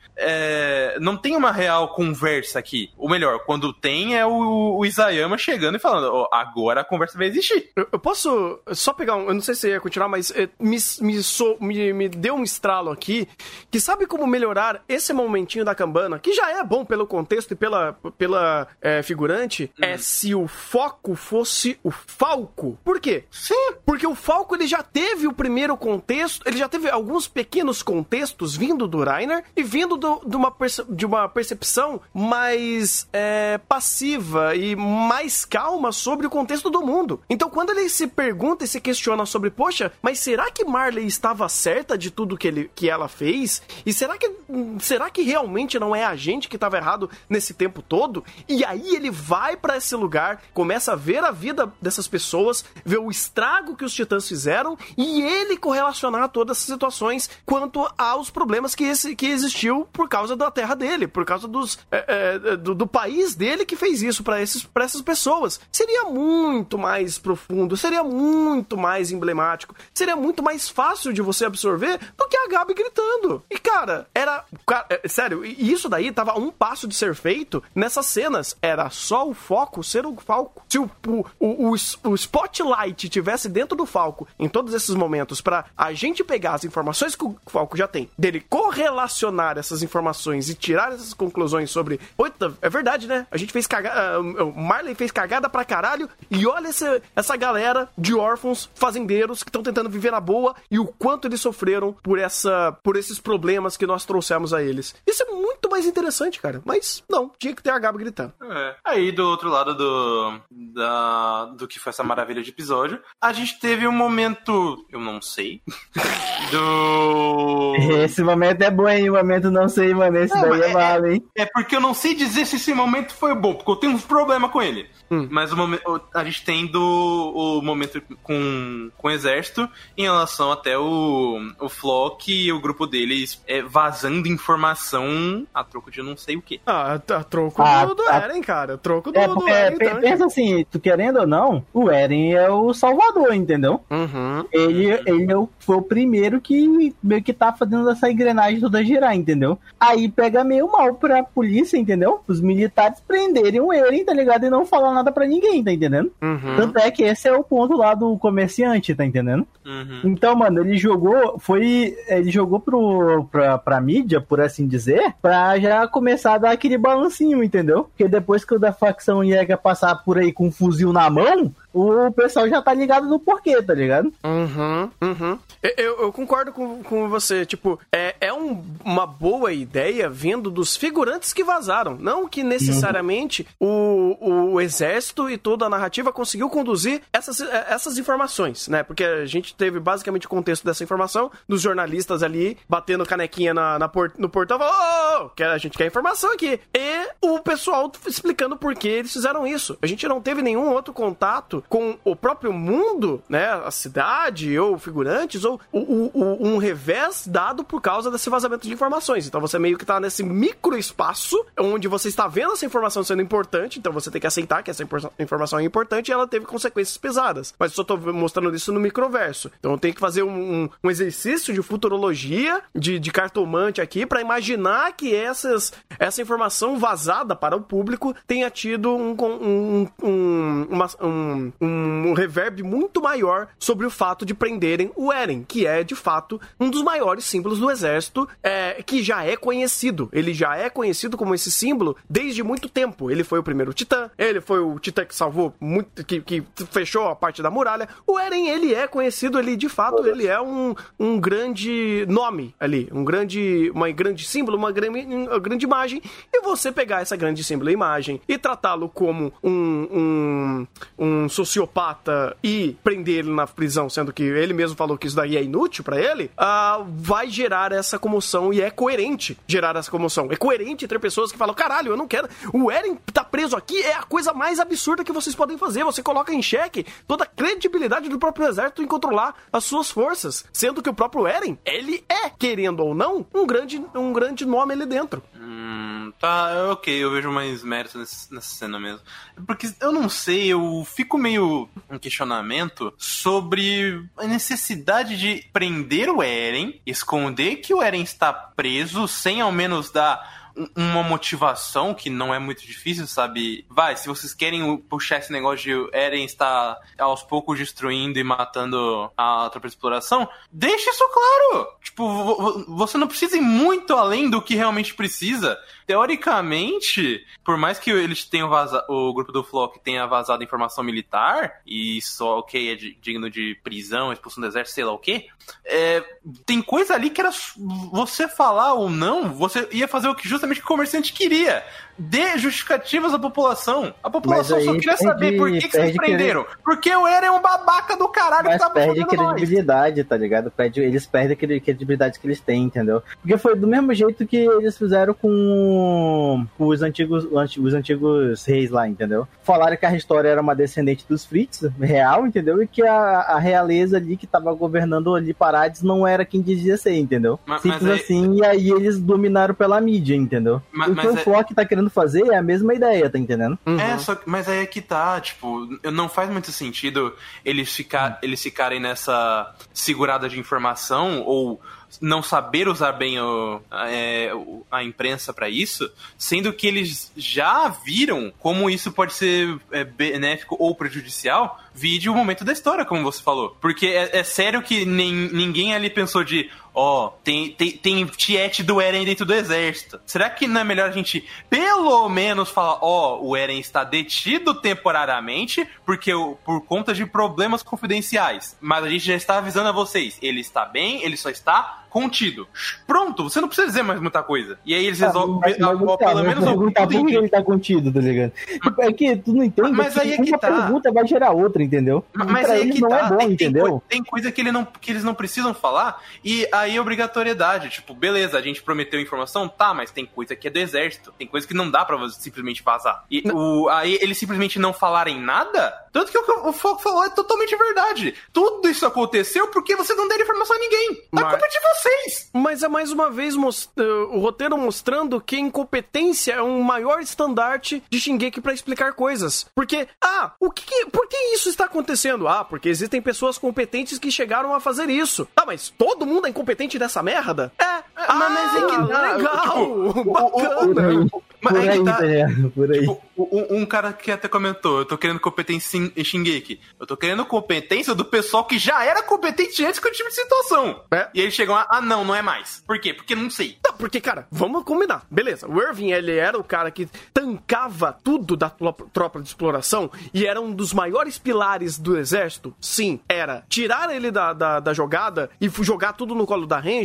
uma real conversa aqui. Ou melhor, quando tem é o Isayama chegando e falando, agora a conversa vai existir. Eu posso só pegar eu não sei se ia continuar, mas me deu um estralo aqui, que sabe como melhorar esse momentinho da Kanbana, que já é bom pelo contexto e pela figurante, é se o foco fosse o Falco. Por quê? Sim. Porque o Falco, ele já teve o primeiro contexto, ele já teve alguns pequenos contextos vindo do Reiner e vindo de uma percepção mais passiva e mais calma sobre o contexto do mundo. Então, quando ele se pergunta e se questiona sobre, poxa, mas será que Marley estava certa de tudo que ela fez? E será que realmente não é a gente que estava errado nesse tempo todo? E aí ele vai pra esse lugar, começa a ver a vida dessas pessoas, ver o estrago que os titãs fizeram e ele correlacionar todas essas situações quanto aos problemas que existiu por causa da terra dele, por causa do país dele que fez isso pra essas pessoas. Seria muito mais profundo, seria muito mais emblemático, seria muito mais fácil de você absorver do que a Gabi gritando. E cara, sério, e isso daí tava a um passo de ser feito nessas cenas. Era só o foco ser o Falco. Se o spotlight tivesse dentro do Falco em todos esses momentos pra a gente pegar as informações que o Falco já tem, dele correlacionar essas informações e tirar essas conclusões sobre, oita, é verdade, né? A gente fez cagada, o Marley fez cagada pra caralho e olha essa galera de órfãos fazendeiros que estão tentando viver na boa e o quanto eles sofreram por esses problemas que nós trouxemos a eles. Isso é muito mais interessante, cara. Mas não, tinha que ter a Gabi gritando. Aí do outro lado do que foi essa maravilha de episódio, a gente teve um momento, eu não sei, Esse momento é bom, hein? O momento não sei, mano. Esse daí é vale, hein? É porque eu não sei dizer se esse momento foi bom, porque eu tenho uns problemas com ele. Mas a gente tem o momento com o exército em relação até o Flock e o grupo deles vazando informação a troco de não sei o que. A troco do Eren, cara. Troco do Eren. Pensa assim, tu querendo ou não, o Eren é o salvador, entendeu? Uhum. Ele foi o primeiro que meio que tá fazendo essa engrenagem toda girar, entendeu? Aí pega meio mal pra polícia, entendeu? Os militares prenderem o Eren, tá ligado? E não falar nada pra ninguém, tá entendendo? Uhum. Tanto é que esse é o ponto lá do comerciante, tá entendendo? Uhum. Então, mano, ele jogou pra mídia, por assim dizer, pra já começar a dar aquele balancinho, entendeu? Porque depois que o da facção Jäger passar por aí com um fuzil na mão, o pessoal já tá ligado no porquê, tá ligado? Uhum. Eu concordo com você. Tipo, uma boa ideia vindo dos figurantes que vazaram. Não que necessariamente o exército e toda a narrativa conseguiu conduzir essas informações, né? Porque a gente teve basicamente o contexto dessa informação dos jornalistas ali batendo canequinha no portão e falando, a gente quer informação aqui. E o pessoal explicando por que eles fizeram isso. A gente não teve nenhum outro contato contato com o próprio mundo, né, a cidade, ou figurantes, ou um revés dado por causa desse vazamento de informações. Então você meio que tá nesse microespaço, onde você está vendo essa informação sendo importante, então você tem que aceitar que essa informação é importante e ela teve consequências pesadas. Mas eu só tô mostrando isso no microverso. Então eu tenho que fazer um exercício de futurologia, de cartomante aqui, pra imaginar que essa informação vazada para o público tenha tido um reverb muito maior sobre o fato de prenderem o Eren, que é, de fato, um dos maiores símbolos do exército, que já é conhecido. Ele já é conhecido como esse símbolo desde muito tempo. Ele foi o primeiro titã, ele foi o titã que salvou muito, que fechou a parte da muralha. O Eren, ele é conhecido, ele, de fato, ele é um grande nome ali, uma grande símbolo, uma grande imagem, e você pegar essa grande símbolo e imagem e tratá-lo como um sociopata e prender ele na prisão, sendo que ele mesmo falou que isso daí é inútil pra ele, vai gerar essa comoção, e é coerente gerar essa comoção. É coerente ter pessoas que falam, caralho, eu não quero, o Eren tá preso aqui, é a coisa mais absurda que vocês podem fazer, você coloca em xeque toda a credibilidade do próprio exército em controlar as suas forças, sendo que o próprio Eren, ele é, querendo ou não, um grande nome ali dentro. Tá, ok, eu vejo mais mérito nessa cena mesmo. Porque eu não sei, eu fico meio em questionamento sobre a necessidade de prender o Eren, esconder que o Eren está preso, sem ao menos dar uma motivação, que não é muito difícil, sabe? Se vocês querem puxar esse negócio de Eren estar aos poucos destruindo e matando a tropa de exploração, deixe isso claro! Tipo, você não precisa ir muito além do que realmente precisa. Teoricamente, por mais que eles tenham vazado, o grupo do Flock tenha vazado informação militar, e isso, ok, é digno de prisão, expulsão do exército, sei lá o quê, tem coisa ali que era você falar ou não, você ia fazer o que justamente o comerciante queria. Dê justificativas à população. A população só queria saber por que vocês prenderam. Porque o Eren é um babaca do caralho. Mas que perde credibilidade, tá ligado? Eles perdem a credibilidade que eles têm, entendeu? Porque foi do mesmo jeito que eles fizeram com os antigos reis lá, entendeu? Falaram que a história era uma descendente dos Fritz, real, entendeu? E que a realeza ali que tava governando ali Parades não era quem dizia ser, entendeu? Simples assim, e aí eles dominaram pela mídia, entendeu? O que o Flock tá querendo fazer é a mesma ideia, tá entendendo? Uhum. Mas aí é que tá, tipo, não faz muito sentido eles ficarem nessa segurada de informação ou não saber usar bem a imprensa pra isso, sendo que eles já viram como isso pode ser benéfico ou prejudicial, vide o momento da história, como você falou. Porque é sério que ninguém ali pensou de tem tiete do Eren dentro do exército. Será que não é melhor a gente pelo menos falar, o Eren está detido temporariamente por conta de problemas confidenciais, mas a gente já está avisando a vocês, ele está bem, ele só está contido. Pronto, você não precisa dizer mais muita coisa. E aí eles resolvem, pelo menos perguntar por que ele tá contido, tá ligado? É que tu não entende, mas aí é que uma pergunta vai gerar outra, entendeu? Mas aí é que não é bom, entendeu? Tem coisa que eles não precisam falar, e aí obrigatoriedade, tipo, beleza, a gente prometeu informação, tá, mas tem coisa que é do exército, tem coisa que não dá pra você simplesmente vazar. E aí eles simplesmente não falarem nada, tanto que o Foco falou é totalmente verdade. Tudo isso aconteceu porque você não deu informação a ninguém. Tá culpa de vocês. Mas é mais uma vez o roteiro mostrando que incompetência é um maior estandarte de Shingeki pra explicar coisas. Porque, por que isso está acontecendo? Porque existem pessoas competentes que chegaram a fazer isso. Tá, mas todo mundo é incompetente dessa merda? Mas é que legal! Bacana! Por aí. Tipo, um cara que até comentou, eu tô querendo competência em Shingeki. Eu tô querendo competência do pessoal que já era competente antes com o tipo de situação. E eles chegam não é mais. Por quê? Porque não sei. Tá, porque, cara, vamos combinar. Beleza, o Erwin, ele era o cara que tancava tudo da tropa de exploração e era um dos maiores pilares do exército. Sim, era. Tirar ele da jogada e jogar tudo no colo da Range é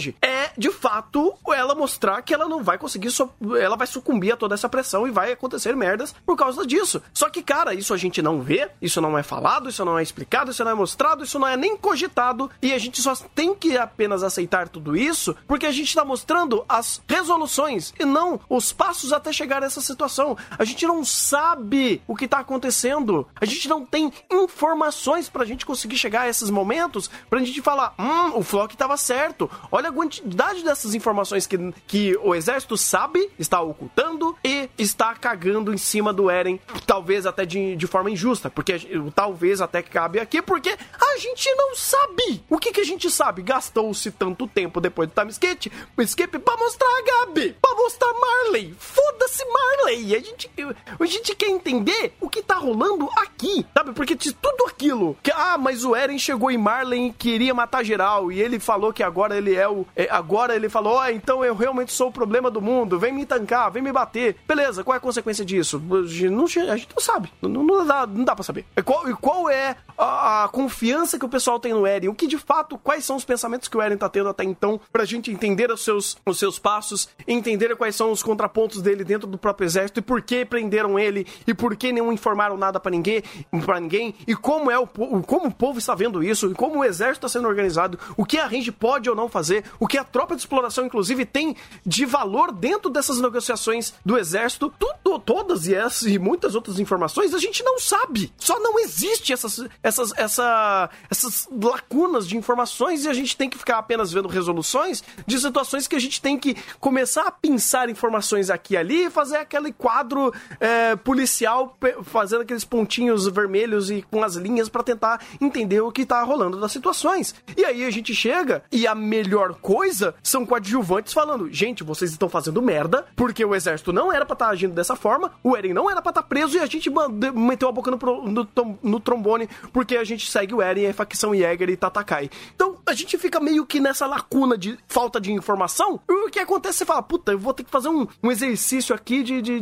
é, de fato, ela mostrar que ela não vai conseguir, ela vai sucumbir a toda essa pressão e vai acontecer merdas por causa disso. Só que, cara, isso a gente não vê, isso não é falado, isso não é explicado, isso não é mostrado, isso não é nem cogitado, e a gente só tem que apenas aceitar tudo isso porque a gente tá mostrando as resoluções e não os passos até chegar a essa situação. A gente não sabe o que tá acontecendo, a gente não tem informações pra gente conseguir chegar a esses momentos, pra gente falar, o Flock tava certo, olha a quantidade dessas informações que o exército sabe, está ocultando e está cagando em cima do Eren, talvez até de forma injusta, porque talvez até que cabe aqui, porque a gente não sabe. O que a gente sabe? Gastou-se tanto tempo depois do time skip pra mostrar a Gabi, pra mostrar Marley. Foda-se Marley. A gente quer entender o que tá rolando aqui, sabe? Porque de tudo aquilo que, mas o Eren chegou em Marley e queria matar geral, e ele falou que agora ele agora ele falou, então eu realmente sou o problema do mundo, vem me tancar, vem me bater. Beleza, qual é a consequência disso? A gente não sabe, não dá pra saber. Qual é a confiança que o pessoal tem no Eren? O que de fato, quais são os pensamentos que o Eren tá tendo até então, pra gente entender os seus passos, entender quais são os contrapontos dele dentro do próprio exército, e por que prenderam ele, e por que não informaram nada pra ninguém, e como o povo está vendo isso, e como o exército está sendo organizado, o que a Range pode ou não fazer, o que a tropa de exploração, inclusive, tem de valor dentro dessas negociações do exército, todas e muitas outras informações, a gente não sabe. Só não existe essas lacunas de informações, e a gente tem que ficar apenas vendo resoluções de situações que a gente tem que começar a pensar informações aqui e ali, e fazer aquele quadro policial, fazendo aqueles pontinhos vermelhos e com as linhas pra tentar entender o que tá rolando das situações. E aí a gente chega, e a melhor coisa são coadjuvantes falando, gente, vocês estão fazendo merda, porque o exército não era pra estar agindo dessa forma, o Eren não era pra estar preso, e a gente meteu a boca no trombone, porque a gente segue o Eren, a facção Jäger e Tatakai. Então, a gente fica meio que nessa lacuna de falta de informação, e o que acontece, você fala, puta, eu vou ter que fazer um exercício aqui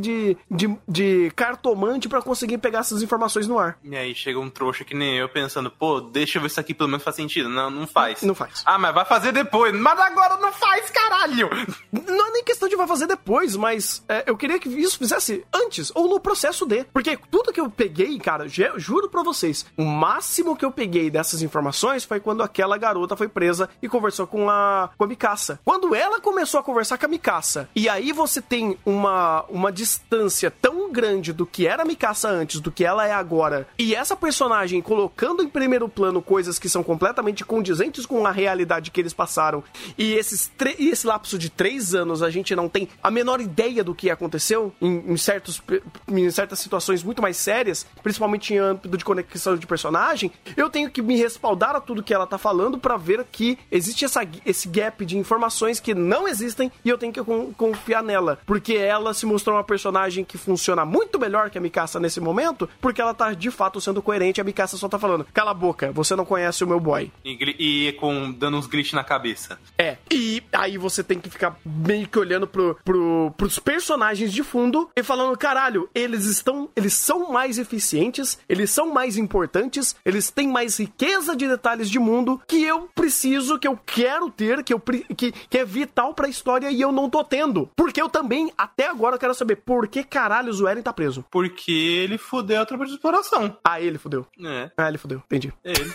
de cartomante pra conseguir pegar essas informações no ar. E aí chega um trouxa que nem eu pensando, pô, deixa eu ver se isso aqui pelo menos faz sentido. Não faz. Não faz. Mas vai fazer depois. Mas agora não faz, caralho! Não é nem questão de vai fazer depois, mas eu queria que isso fizesse antes, ou no processo de. Porque tudo que eu peguei, cara, juro pra vocês, o máximo que eu peguei dessas informações foi quando aquela garota foi presa e conversou com a Mikasa. Quando ela começou a conversar com a Mikasa, e aí você tem uma distância tão grande do que era a Mikasa antes, do que ela é agora, e essa personagem colocando em primeiro plano coisas que são completamente condizentes com a realidade que eles passaram, e esse lapso de 3 anos a gente não tem a menor ideia do que aconteceu em certas situações muito mais sérias, principalmente em âmbito de conexão de personagem, eu tenho que me respaldar a tudo que ela tá falando pra ver que existe esse gap de informações que não existem, e eu tenho que confiar nela, porque ela se mostrou uma personagem que funciona muito melhor que a Mikasa nesse momento, porque ela tá de fato sendo coerente, a Mikasa só tá falando, cala a boca, você não conhece o meu boy. E dando uns glitch na cabeça. E aí você tem que ficar meio que olhando pros personagens de fundo e falando, caralho, eles são mais eficientes, eles são mais importantes, eles têm mais riqueza de detalhes de mundo que eu preciso, que eu quero ter, que é vital pra história, e eu não tô tendo. Porque eu também, até agora, quero saber por que caralhos o Eren tá preso. Porque ele fudeu a tropa de exploração. Ele fudeu. Ele fudeu, entendi. Ele.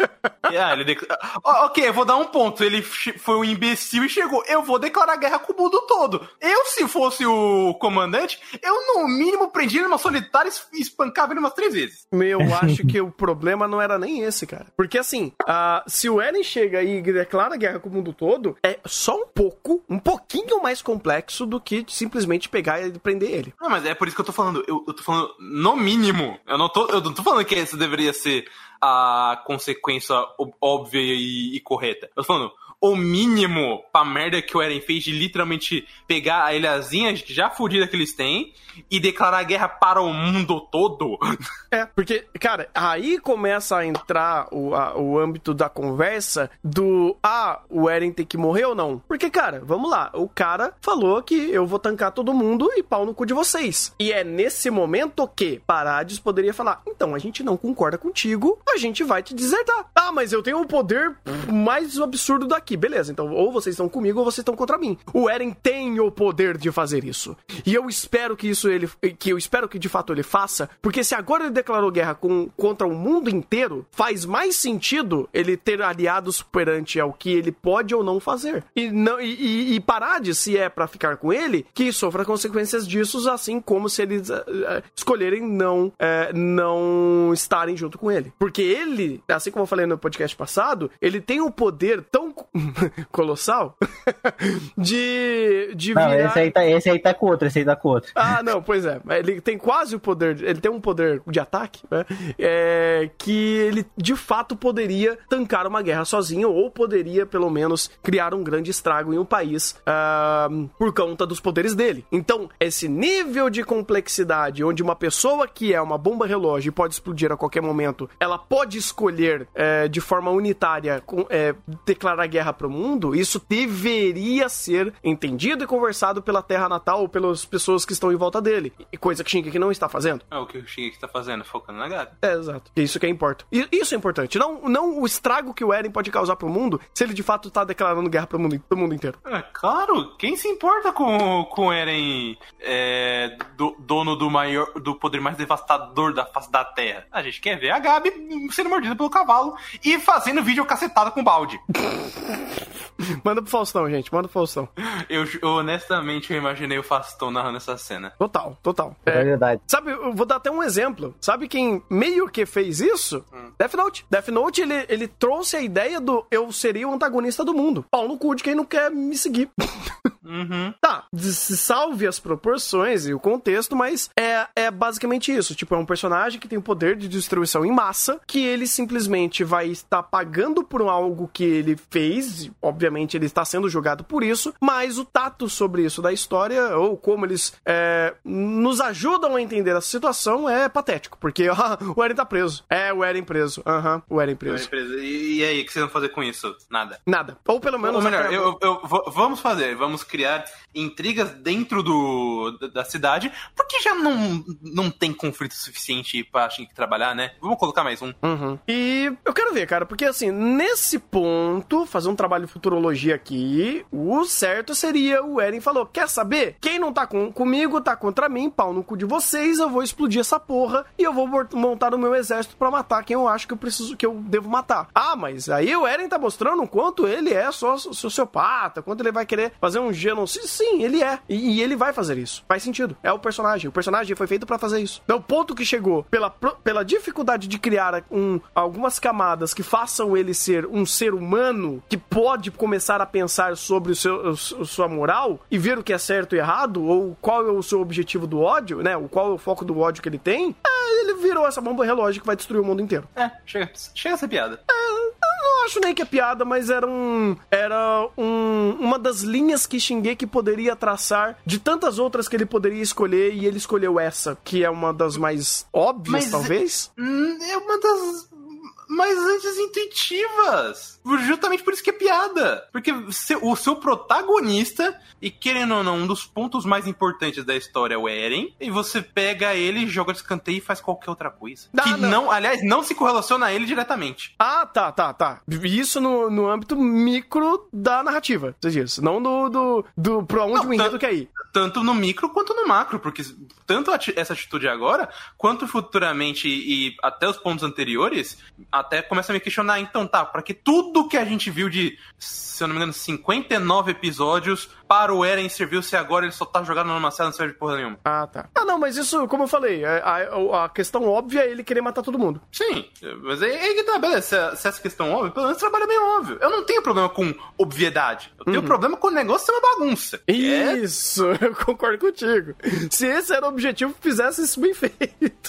Ok, eu vou dar um ponto. Ele foi um imbecil e chegou. Eu vou declarar guerra com o mundo todo. Eu, se fosse o comandante, eu no mínimo prendia ele numa solitária e espancava ele umas 3 vezes. Eu acho que o problema não era nem esse, cara. Porque assim, se o Eren chega e declara guerra com o mundo todo, é só um pouquinho mais complexo do que simplesmente pegar e prender ele. Não, mas é por isso que eu tô falando. Eu tô falando no mínimo. Eu não tô falando que essa deveria ser a consequência óbvia e correta. Eu tô falando, o mínimo pra merda que o Eren fez de literalmente pegar a ilhazinha já fodida que eles têm e declarar guerra para o mundo todo. Porque, cara, aí começa a entrar o âmbito da conversa do, o Eren tem que morrer ou não? Porque, cara, vamos lá, o cara falou que eu vou tancar todo mundo e pau no cu de vocês. E é nesse momento que Parades poderia falar, então, a gente não concorda contigo, a gente vai te desertar. Mas eu tenho o poder mais absurdo daqui. aqui, beleza, então ou vocês estão comigo ou vocês estão contra mim. O Eren tem o poder de fazer isso. E eu espero que de fato ele faça, porque se agora ele declarou guerra contra o mundo inteiro, faz mais sentido ele ter aliados perante ao que ele pode ou não fazer. E parar de, se é pra ficar com ele, que sofra consequências disso, assim como se eles escolherem não estarem junto com ele. Porque ele, assim como eu falei no podcast passado, ele tem um poder tão colossal de não, virar... esse aí tá com outro, Ah, não, pois é. Ele tem quase o poder, ele tem um poder de ataque, né? Que ele, de fato, poderia tancar uma guerra sozinho, ou poderia, pelo menos, criar um grande estrago em um país por conta dos poderes dele. Então, esse nível de complexidade, onde uma pessoa que é uma bomba relógio e pode explodir a qualquer momento, ela pode escolher de forma unitária declarar guerra para o mundo, isso deveria ser entendido e conversado pela Terra Natal ou pelas pessoas que estão em volta dele. E coisa que Shingeki não está fazendo. É o que o Shingeki está fazendo, focando na Gabi. Exato. Isso que é importa. Isso é importante. Não o estrago que o Eren pode causar pro mundo, se ele de fato tá declarando guerra pro mundo inteiro. Claro, quem se importa com o Eren dono do poder mais devastador da face da Terra? A gente quer ver a Gabi sendo mordida pelo cavalo e fazendo vídeo cacetada com balde. Manda pro Faustão, gente. Manda pro Faustão. Eu honestamente imaginei o Faustão narrando essa cena. Total. É verdade. Sabe, eu vou dar até um exemplo. Sabe quem meio que fez isso? Death Note. Death Note, ele trouxe a ideia do eu seria o antagonista do mundo. Pau no cu de quem não quer me seguir. Tá, salve as proporções e o contexto, mas é basicamente isso. Tipo, é um personagem que tem o poder de destruição em massa, que ele simplesmente vai estar pagando por algo que ele fez, obviamente ele está sendo julgado por isso, mas o tato sobre isso da história, ou como eles nos ajudam a entender essa situação, é patético, porque o Eren tá preso. O Eren preso. O Eren preso. E aí, o que vocês vão fazer com isso? Nada. Ou pelo menos... Ou melhor, vamos criar intrigas dentro da cidade, porque já não tem conflito suficiente pra gente trabalhar, né? Vamos colocar mais um. E eu quero ver, cara, porque assim, nesse ponto, fazer um trabalho de futurologia aqui, o certo seria o Eren falou, quer saber? Quem não tá comigo, tá contra mim, pau no cu de vocês, eu vou explodir essa porra e eu vou montar o meu exército pra matar quem eu acho que eu devo matar. Ah, mas aí o Eren tá mostrando o quanto ele é só sociopata, quanto ele vai querer fazer um genocídio. Sim, ele é. E ele vai fazer isso. Faz sentido. É o personagem. O personagem foi feito pra fazer isso. Então, o ponto que chegou pela dificuldade de criar algumas camadas que façam ele ser um ser humano que pode começar a pensar sobre sua moral e ver o que é certo e errado, ou qual é o seu objetivo do ódio, né? Qual é o foco do ódio que ele tem. Ele virou essa bomba relógio que vai destruir o mundo inteiro. Chega a ser piada. Eu não acho nem que é piada, mas era uma das linhas que Shingeki poderia traçar de tantas outras que ele poderia escolher, e ele escolheu essa, que é uma das mais óbvias, talvez. É uma das mais antes intuitivas. Justamente por isso que é piada. Porque o seu protagonista, e querendo ou não, um dos pontos mais importantes da história é o Eren, e você pega ele, joga de escanteio e faz qualquer outra coisa. Aliás, não se correlaciona a ele diretamente. Tá. Isso no âmbito micro da narrativa, você diz. Não pra onde o enredo quer ir. Tanto no micro quanto no macro, porque tanto essa atitude agora, quanto futuramente e até os pontos anteriores, até começa a me questionar, então pra que tudo que a gente viu de, se eu não me engano, 59 episódios para o Eren serviu se agora ele só tá jogando numa cela, não serve de porra nenhuma. Tá. Não, mas isso, como eu falei, a questão óbvia é ele querer matar todo mundo. Sim, mas aí que tá, beleza, se essa questão óbvia, pelo menos trabalha bem óbvio. Eu não tenho problema com obviedade, eu tenho problema com o negócio ser uma bagunça. Isso, eu concordo contigo. Se esse era o objetivo, fizesse isso bem feito.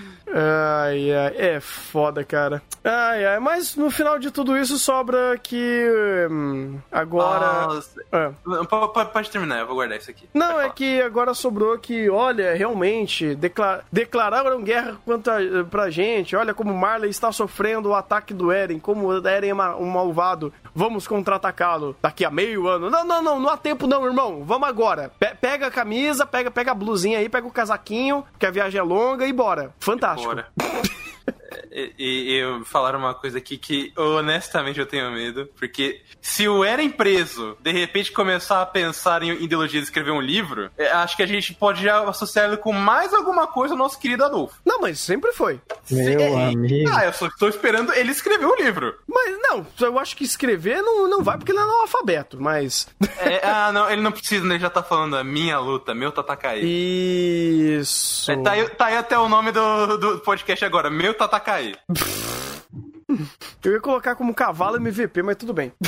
É foda, cara. Mas no final de tudo isso sobra que agora... Pode terminar, eu vou guardar isso aqui. Não, que agora sobrou que, olha, realmente, declararam guerra pra gente, olha como Marley está sofrendo o ataque do Eren, como o Eren é um malvado, vamos contra-atacá-lo daqui a meio ano. Não há tempo não, irmão, vamos agora. Pega a camisa, pega a blusinha aí, pega o casaquinho, que a viagem é longa e bora. Fantástico. E falaram uma coisa aqui que honestamente eu tenho medo, porque se o Eren preso de repente começar a pensar em ideologia de escrever um livro, acho que a gente pode já associar ele com mais alguma coisa ao nosso querido Adolfo. Não, mas sempre foi. Meu amigo. Eu só estou esperando ele escrever um livro. Mas não, eu acho que escrever não vai porque ele é analfabeto, mas... Não, ele não precisa, ele já tá falando a minha luta, meu Tatakai. Isso. Tá aí até o nome do podcast agora, meu Tatakai. Eu ia colocar como cavalo MVP, mas tudo bem.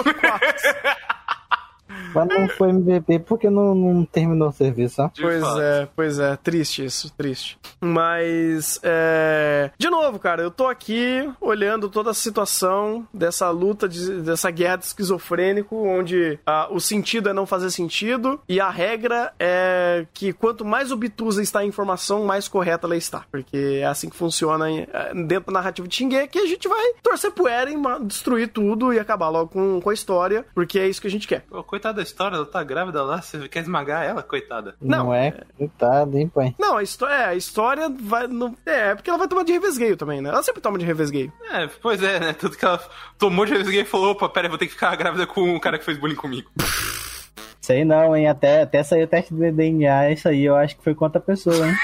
Mas não foi MVP porque não terminou o serviço, ó. Pois é, triste isso, triste. Mas, de novo, cara, eu tô aqui olhando toda a situação dessa luta, dessa guerra de esquizofrênico, onde o sentido é não fazer sentido, e a regra é que quanto mais obtusa está a informação, mais correta ela está. Porque é assim que funciona dentro da narrativa de Shingeki, a gente vai torcer pro Eren, destruir tudo e acabar logo com a história, porque é isso que a gente quer. Coitada da história, ela tá grávida lá, você quer esmagar ela, coitada. Não é, coitado, hein, pai? Não, a história vai... É porque ela vai tomar de revesgueio também, né? Ela sempre toma de revesgueio. Pois é, né? Tudo que ela tomou de revesgueio e falou, opa, pera aí, vou ter que ficar grávida com o cara que fez bullying comigo. Sei não, hein? Até sair o teste de DNA, isso aí eu acho que foi contra a pessoa, hein?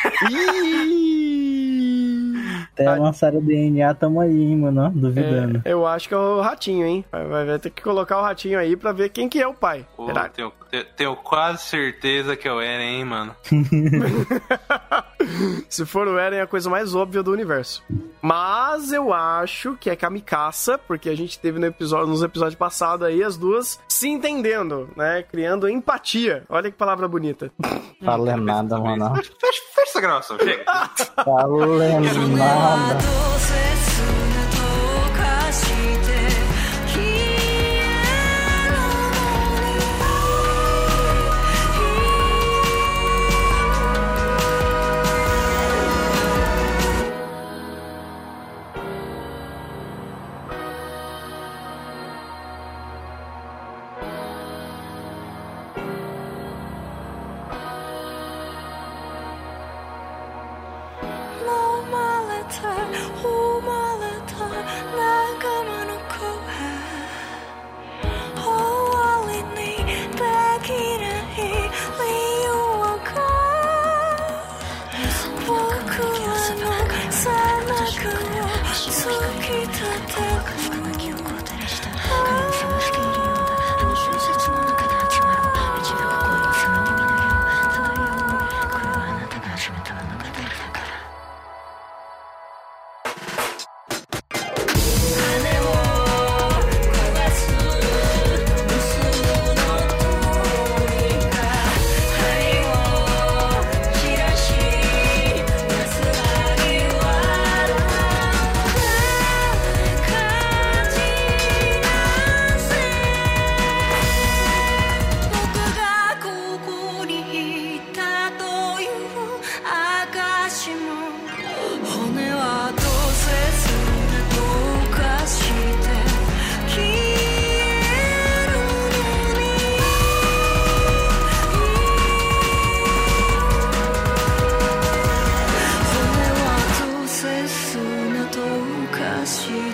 Até lançar o DNA, tamo aí, hein, mano, duvidando. Eu acho que é o ratinho, hein? Vai ter que colocar o ratinho aí pra ver quem que é o pai. Tenho quase certeza que é o Eren, hein, mano. Se for o Eren, é a coisa mais óbvia do universo. Mas eu acho que é Kamikasa, porque a gente teve nos episódios passados aí as duas se entendendo, né? Criando empatia. Olha que palavra bonita. Falei nada, mano. Fecha essa gravação, chega. Falei nada. She